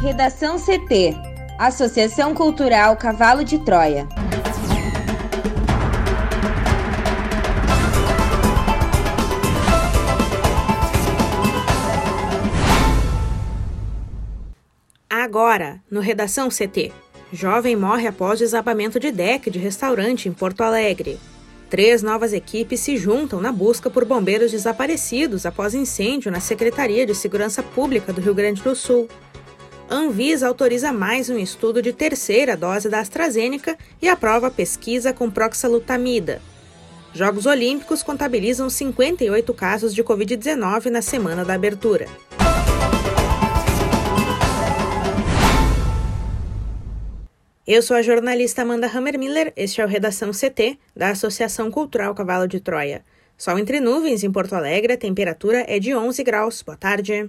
Redação CT, Associação Cultural Cavalo de Troia. Agora, no Redação CT. Jovem morre após desabamento de deck de restaurante em Porto Alegre. 3 novas equipes se juntam na busca por bombeiros desaparecidos após incêndio na Secretaria de Segurança Pública do Rio Grande do Sul. Anvisa autoriza mais um estudo de 3ª dose da AstraZeneca e aprova pesquisa com proxalutamida. Jogos Olímpicos contabilizam 58 casos de Covid-19 na semana da abertura. Eu sou a jornalista Amanda Hammermiller, este é o Redação CT, da Associação Cultural Cavalo de Troia. Sol entre nuvens em Porto Alegre, a temperatura é de 11 graus. Boa tarde.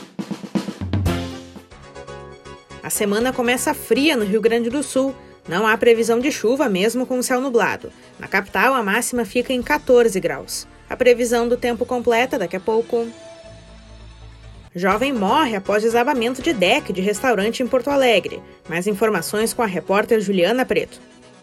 A semana começa fria no Rio Grande do Sul. Não há previsão de chuva mesmo com o céu nublado. Na capital, a máxima fica em 14 graus. A previsão do tempo completa daqui a pouco. Jovem morre após desabamento de deck de restaurante em Porto Alegre. Mais informações com a repórter Juliana Preto.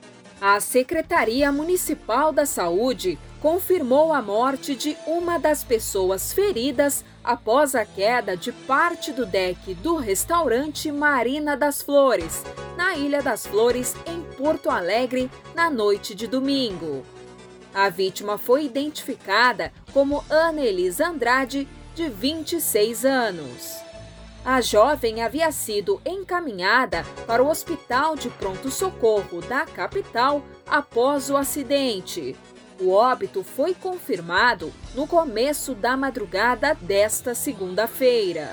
A Secretaria Municipal da Saúde confirmou a morte de uma das pessoas feridas após a queda de parte do deck do restaurante Marina das Flores, na Ilha das Flores, em Porto Alegre, na noite de domingo. A vítima foi identificada como Ana Elisa Andrade, de 26 anos. A jovem havia sido encaminhada para o Hospital de Pronto-Socorro da capital após o acidente. O óbito foi confirmado no começo da madrugada desta segunda-feira.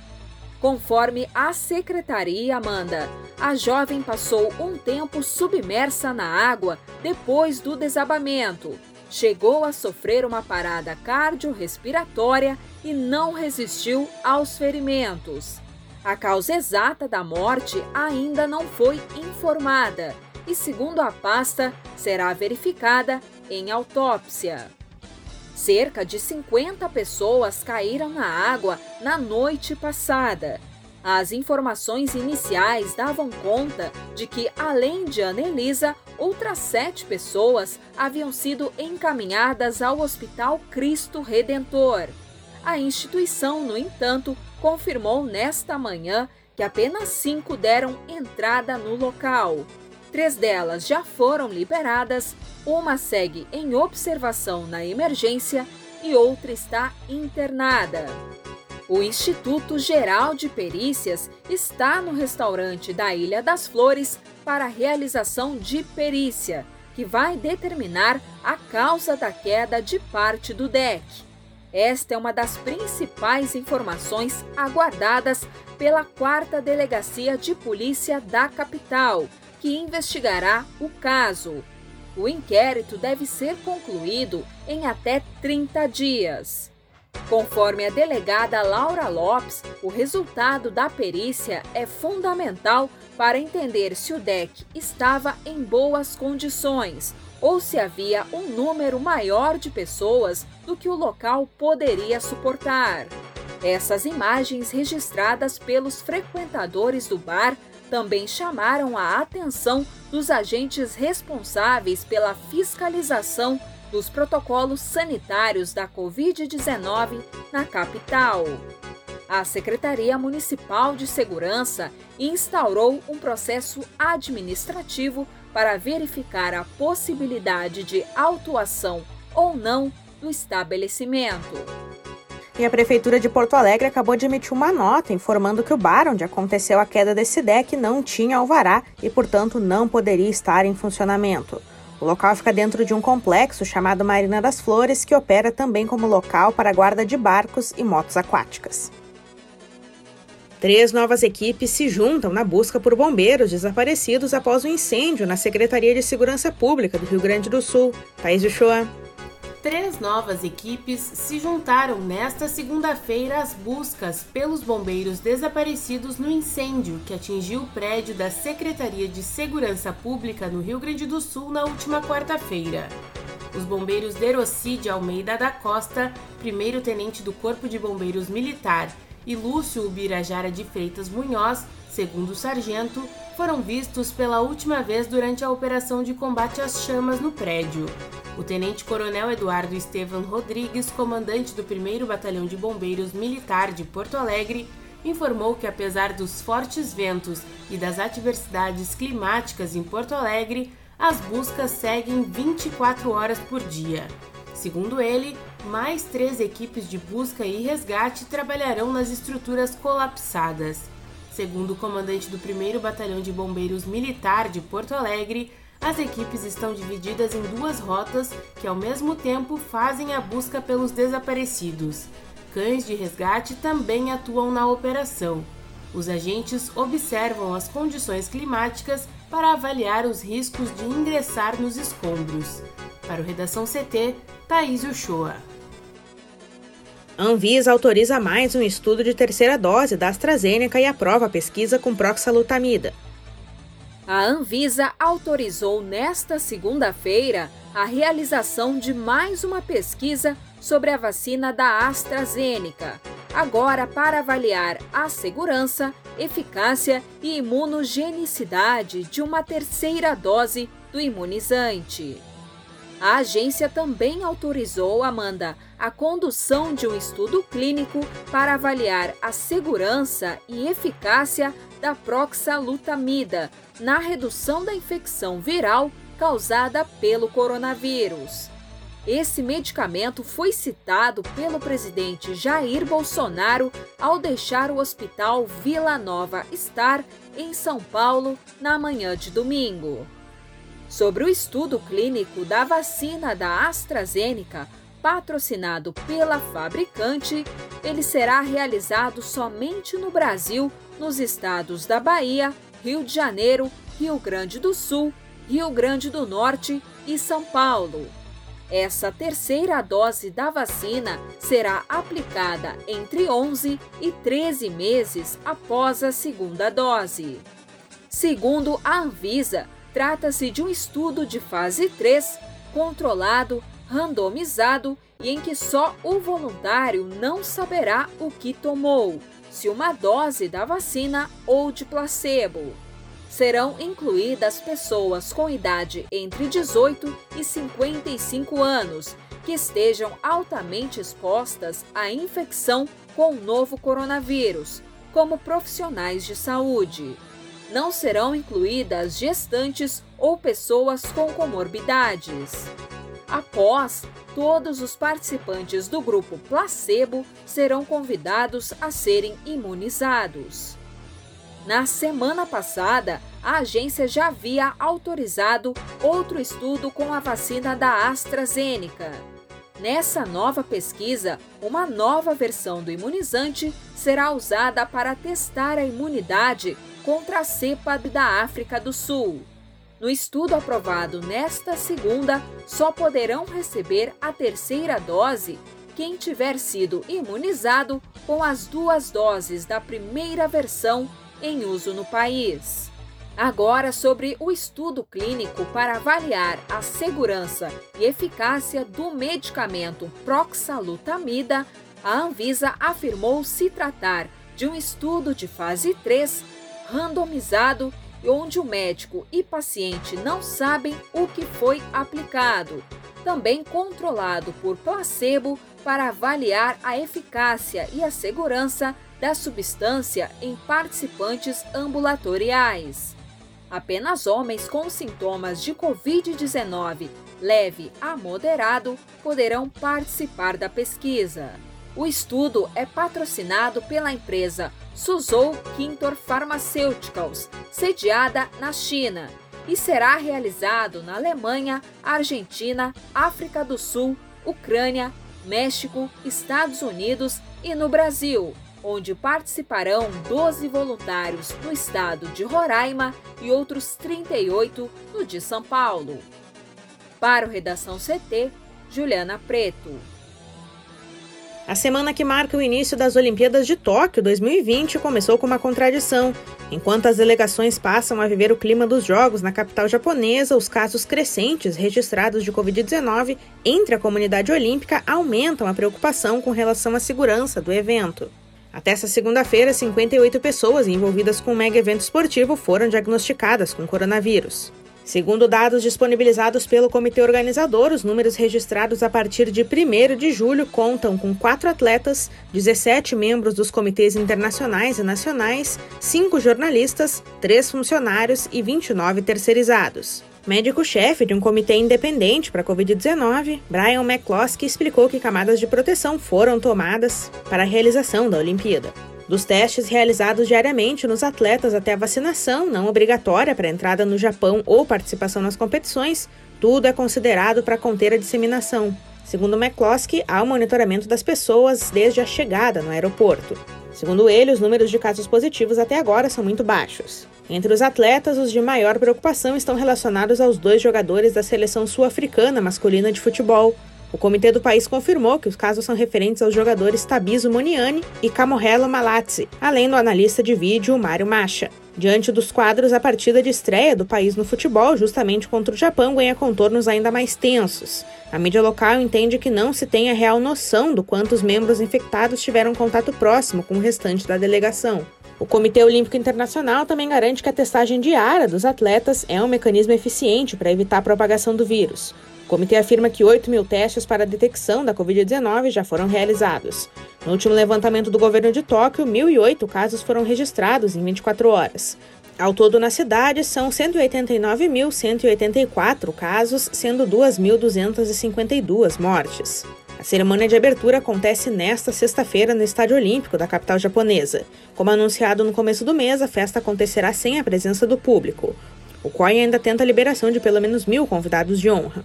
Conforme a secretaria, Amanda, a jovem passou um tempo submersa na água depois do desabamento. Chegou a sofrer uma parada cardiorrespiratória e não resistiu aos ferimentos. A causa exata da morte ainda não foi informada e, segundo a pasta, será verificada em autópsia. Cerca de 50 pessoas caíram na água na noite passada. As informações iniciais davam conta de que, além de Ana Elisa, outras 7 pessoas haviam sido encaminhadas ao Hospital Cristo Redentor. A instituição, no entanto, confirmou nesta manhã que apenas 5 deram entrada no local. 3 delas já foram liberadas, uma segue em observação na emergência e outra está internada. O Instituto Geral de Perícias está no restaurante da Ilha das Flores para a realização de perícia, que vai determinar a causa da queda de parte do deck. Esta é uma das principais informações aguardadas pela 4ª Delegacia de Polícia da capital, que investigará o caso. O inquérito deve ser concluído em até 30 dias. Conforme a delegada Laura Lopes, o resultado da perícia é fundamental para entender se o deck estava em boas condições ou se havia um número maior de pessoas do que o local poderia suportar. Essas imagens registradas pelos frequentadores do bar também chamaram a atenção dos agentes responsáveis pela fiscalização dos protocolos sanitários da Covid-19 na capital. A Secretaria Municipal de Segurança instaurou um processo administrativo para verificar a possibilidade de autuação ou não do estabelecimento. E a Prefeitura de Porto Alegre acabou de emitir uma nota informando que o bar onde aconteceu a queda desse deck não tinha alvará e, portanto, não poderia estar em funcionamento. O local fica dentro de um complexo chamado Marina das Flores, que opera também como local para a guarda de barcos e motos aquáticas. 3 novas equipes se juntam na busca por bombeiros desaparecidos após o incêndio na Secretaria de Segurança Pública do Rio Grande do Sul. Thaís Uchoa. 3 novas equipes se juntaram nesta segunda-feira às buscas pelos bombeiros desaparecidos no incêndio que atingiu o prédio da Secretaria de Segurança Pública no Rio Grande do Sul na última quarta-feira. Os bombeiros Deroci de Almeida da Costa, primeiro-tenente do Corpo de Bombeiros Militar, e Lúcio Ubirajara de Freitas Munhoz, segundo sargento, foram vistos pela última vez durante a operação de combate às chamas no prédio. O tenente-coronel Eduardo Estevam Rodrigues, comandante do 1º Batalhão de Bombeiros Militar de Porto Alegre, informou que apesar dos fortes ventos e das adversidades climáticas em Porto Alegre, as buscas seguem 24 horas por dia. Segundo ele, mais 3 equipes de busca e resgate trabalharão nas estruturas colapsadas. Segundo o comandante do 1º Batalhão de Bombeiros Militar de Porto Alegre, as equipes estão divididas em 2 rotas que, ao mesmo tempo, fazem a busca pelos desaparecidos. Cães de resgate também atuam na operação. Os agentes observam as condições climáticas para avaliar os riscos de ingressar nos escombros. Para o Redação CT, Thaís Uchoa. A Anvisa autoriza mais um estudo de 3ª dose da AstraZeneca e aprova a pesquisa com proxalutamida. A Anvisa autorizou nesta segunda-feira a realização de mais uma pesquisa sobre a vacina da AstraZeneca, agora para avaliar a segurança, eficácia e imunogenicidade de uma 3ª dose do imunizante. A agência também autorizou, Amanda, a condução de um estudo clínico para avaliar a segurança e eficácia da proxalutamida na redução da infecção viral causada pelo coronavírus. Esse medicamento foi citado pelo presidente Jair Bolsonaro ao deixar o Hospital Vila Nova Star, em São Paulo, na manhã de domingo. Sobre o estudo clínico da vacina da AstraZeneca, patrocinado pela fabricante, ele será realizado somente no Brasil, nos estados da Bahia, Rio de Janeiro, Rio Grande do Sul, Rio Grande do Norte e São Paulo. Essa 3ª dose da vacina será aplicada entre 11 e 13 meses após a 2ª dose. Segundo a Anvisa, trata-se de um estudo de fase 3, controlado, randomizado e em que só o voluntário não saberá o que tomou, se uma dose da vacina ou de placebo. Serão incluídas pessoas com idade entre 18 e 55 anos, que estejam altamente expostas à infecção com o novo coronavírus, como profissionais de saúde. Não serão incluídas gestantes ou pessoas com comorbidades. Após, todos os participantes do grupo placebo serão convidados a serem imunizados. Na semana passada, a agência já havia autorizado outro estudo com a vacina da AstraZeneca. Nessa nova pesquisa, uma nova versão do imunizante será usada para testar a imunidade contra a cepa da África do Sul. No estudo aprovado nesta segunda, só poderão receber a 3ª dose quem tiver sido imunizado com as 2 doses da primeira versão em uso no país. Agora, sobre o estudo clínico para avaliar a segurança e eficácia do medicamento proxalutamida, a Anvisa afirmou se tratar de um estudo de fase 3, randomizado, onde o médico e paciente não sabem o que foi aplicado, também controlado por placebo para avaliar a eficácia e a segurança da substância em participantes ambulatoriais. Apenas homens com sintomas de Covid-19 leve a moderado poderão participar da pesquisa. O estudo é patrocinado pela empresa Suzhou Quintor Pharmaceuticals, sediada na China, e será realizado na Alemanha, Argentina, África do Sul, Ucrânia, México, Estados Unidos e no Brasil, onde participarão 12 voluntários no estado de Roraima e outros 38 no de São Paulo. Para o Redação CT, Juliana Preto. A semana que marca o início das Olimpíadas de Tóquio 2020 começou com uma contradição. Enquanto as delegações passam a viver o clima dos Jogos na capital japonesa, os casos crescentes registrados de Covid-19 entre a comunidade olímpica aumentam a preocupação com relação à segurança do evento. Até essa segunda-feira, 58 pessoas envolvidas com o mega evento esportivo foram diagnosticadas com coronavírus. Segundo dados disponibilizados pelo comitê organizador, os números registrados a partir de 1º de julho contam com 4 atletas, 17 membros dos comitês internacionais e nacionais, 5 jornalistas, 3 funcionários e 29 terceirizados. Médico-chefe de um comitê independente para a Covid-19, Brian McCloskey, explicou que camadas de proteção foram tomadas para a realização da Olimpíada. Dos testes realizados diariamente nos atletas até a vacinação, não obrigatória para entrada no Japão ou participação nas competições, tudo é considerado para conter a disseminação. Segundo McCloskey, há o monitoramento das pessoas desde a chegada no aeroporto. Segundo ele, os números de casos positivos até agora são muito baixos. Entre os atletas, os de maior preocupação estão relacionados aos 2 jogadores da seleção sul-africana masculina de futebol. O comitê do país confirmou que os casos são referentes aos jogadores Thabiso Moniani e Kamohelo Malatsi, além do analista de vídeo Mário Macha. Diante dos quadros, a partida de estreia do país no futebol, justamente contra o Japão, ganha contornos ainda mais tensos. A mídia local entende que não se tem a real noção do quanto os membros infectados tiveram contato próximo com o restante da delegação. O Comitê Olímpico Internacional também garante que a testagem diária dos atletas é um mecanismo eficiente para evitar a propagação do vírus. O comitê afirma que 8.000 testes para a detecção da Covid-19 já foram realizados. No último levantamento do governo de Tóquio, 1.008 casos foram registrados em 24 horas. Ao todo, na cidade, são 189.184 casos, sendo 2.252 mortes. A cerimônia de abertura acontece nesta sexta-feira no Estádio Olímpico da capital japonesa. Como anunciado no começo do mês, a festa acontecerá sem a presença do público. O COI ainda tenta a liberação de pelo menos 1.000 convidados de honra.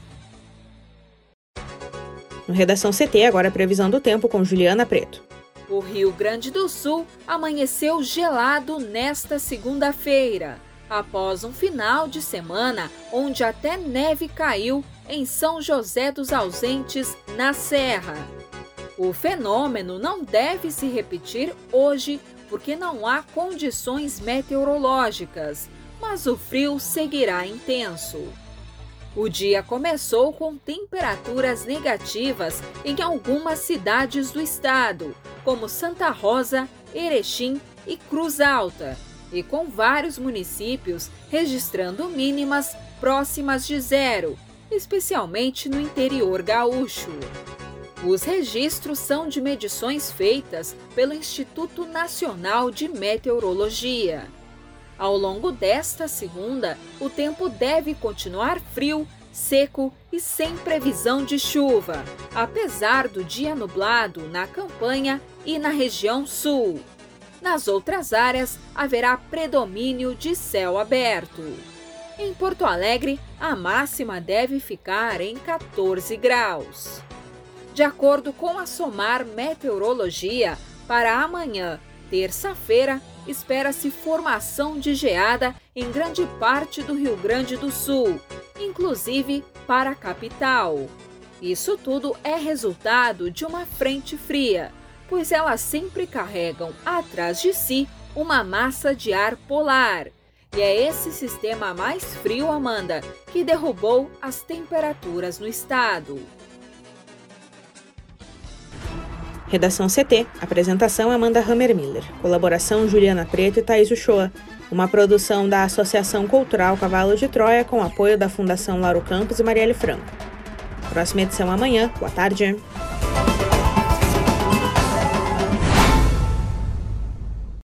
No Redação CT, agora a previsão do tempo com Juliana Preto. O Rio Grande do Sul amanheceu gelado nesta segunda-feira, após um final de semana onde até neve caiu em São José dos Ausentes, na Serra. O fenômeno não deve se repetir hoje porque não há condições meteorológicas, mas o frio seguirá intenso. O dia começou com temperaturas negativas em algumas cidades do estado, como Santa Rosa, Erechim e Cruz Alta, e com vários municípios registrando mínimas próximas de 0, especialmente no interior gaúcho. Os registros são de medições feitas pelo Instituto Nacional de Meteorologia. Ao longo desta segunda, o tempo deve continuar frio, seco e sem previsão de chuva, apesar do dia nublado na campanha e na região sul. Nas outras áreas, haverá predomínio de céu aberto. Em Porto Alegre, a máxima deve ficar em 14 graus. De acordo com a SOMAR Meteorologia, para amanhã, terça-feira, espera-se formação de geada em grande parte do Rio Grande do Sul, inclusive para a capital. Isso tudo é resultado de uma frente fria, pois elas sempre carregam atrás de si uma massa de ar polar. E é esse sistema mais frio, Amanda, que derrubou as temperaturas no estado. Redação CT. Apresentação Amanda Hammermiller. Colaboração Juliana Preto e Thaís Uchoa. Uma produção da Associação Cultural Cavalo de Troia com apoio da Fundação Lauro Campos e Marielle Franco. Próxima edição amanhã. Boa tarde.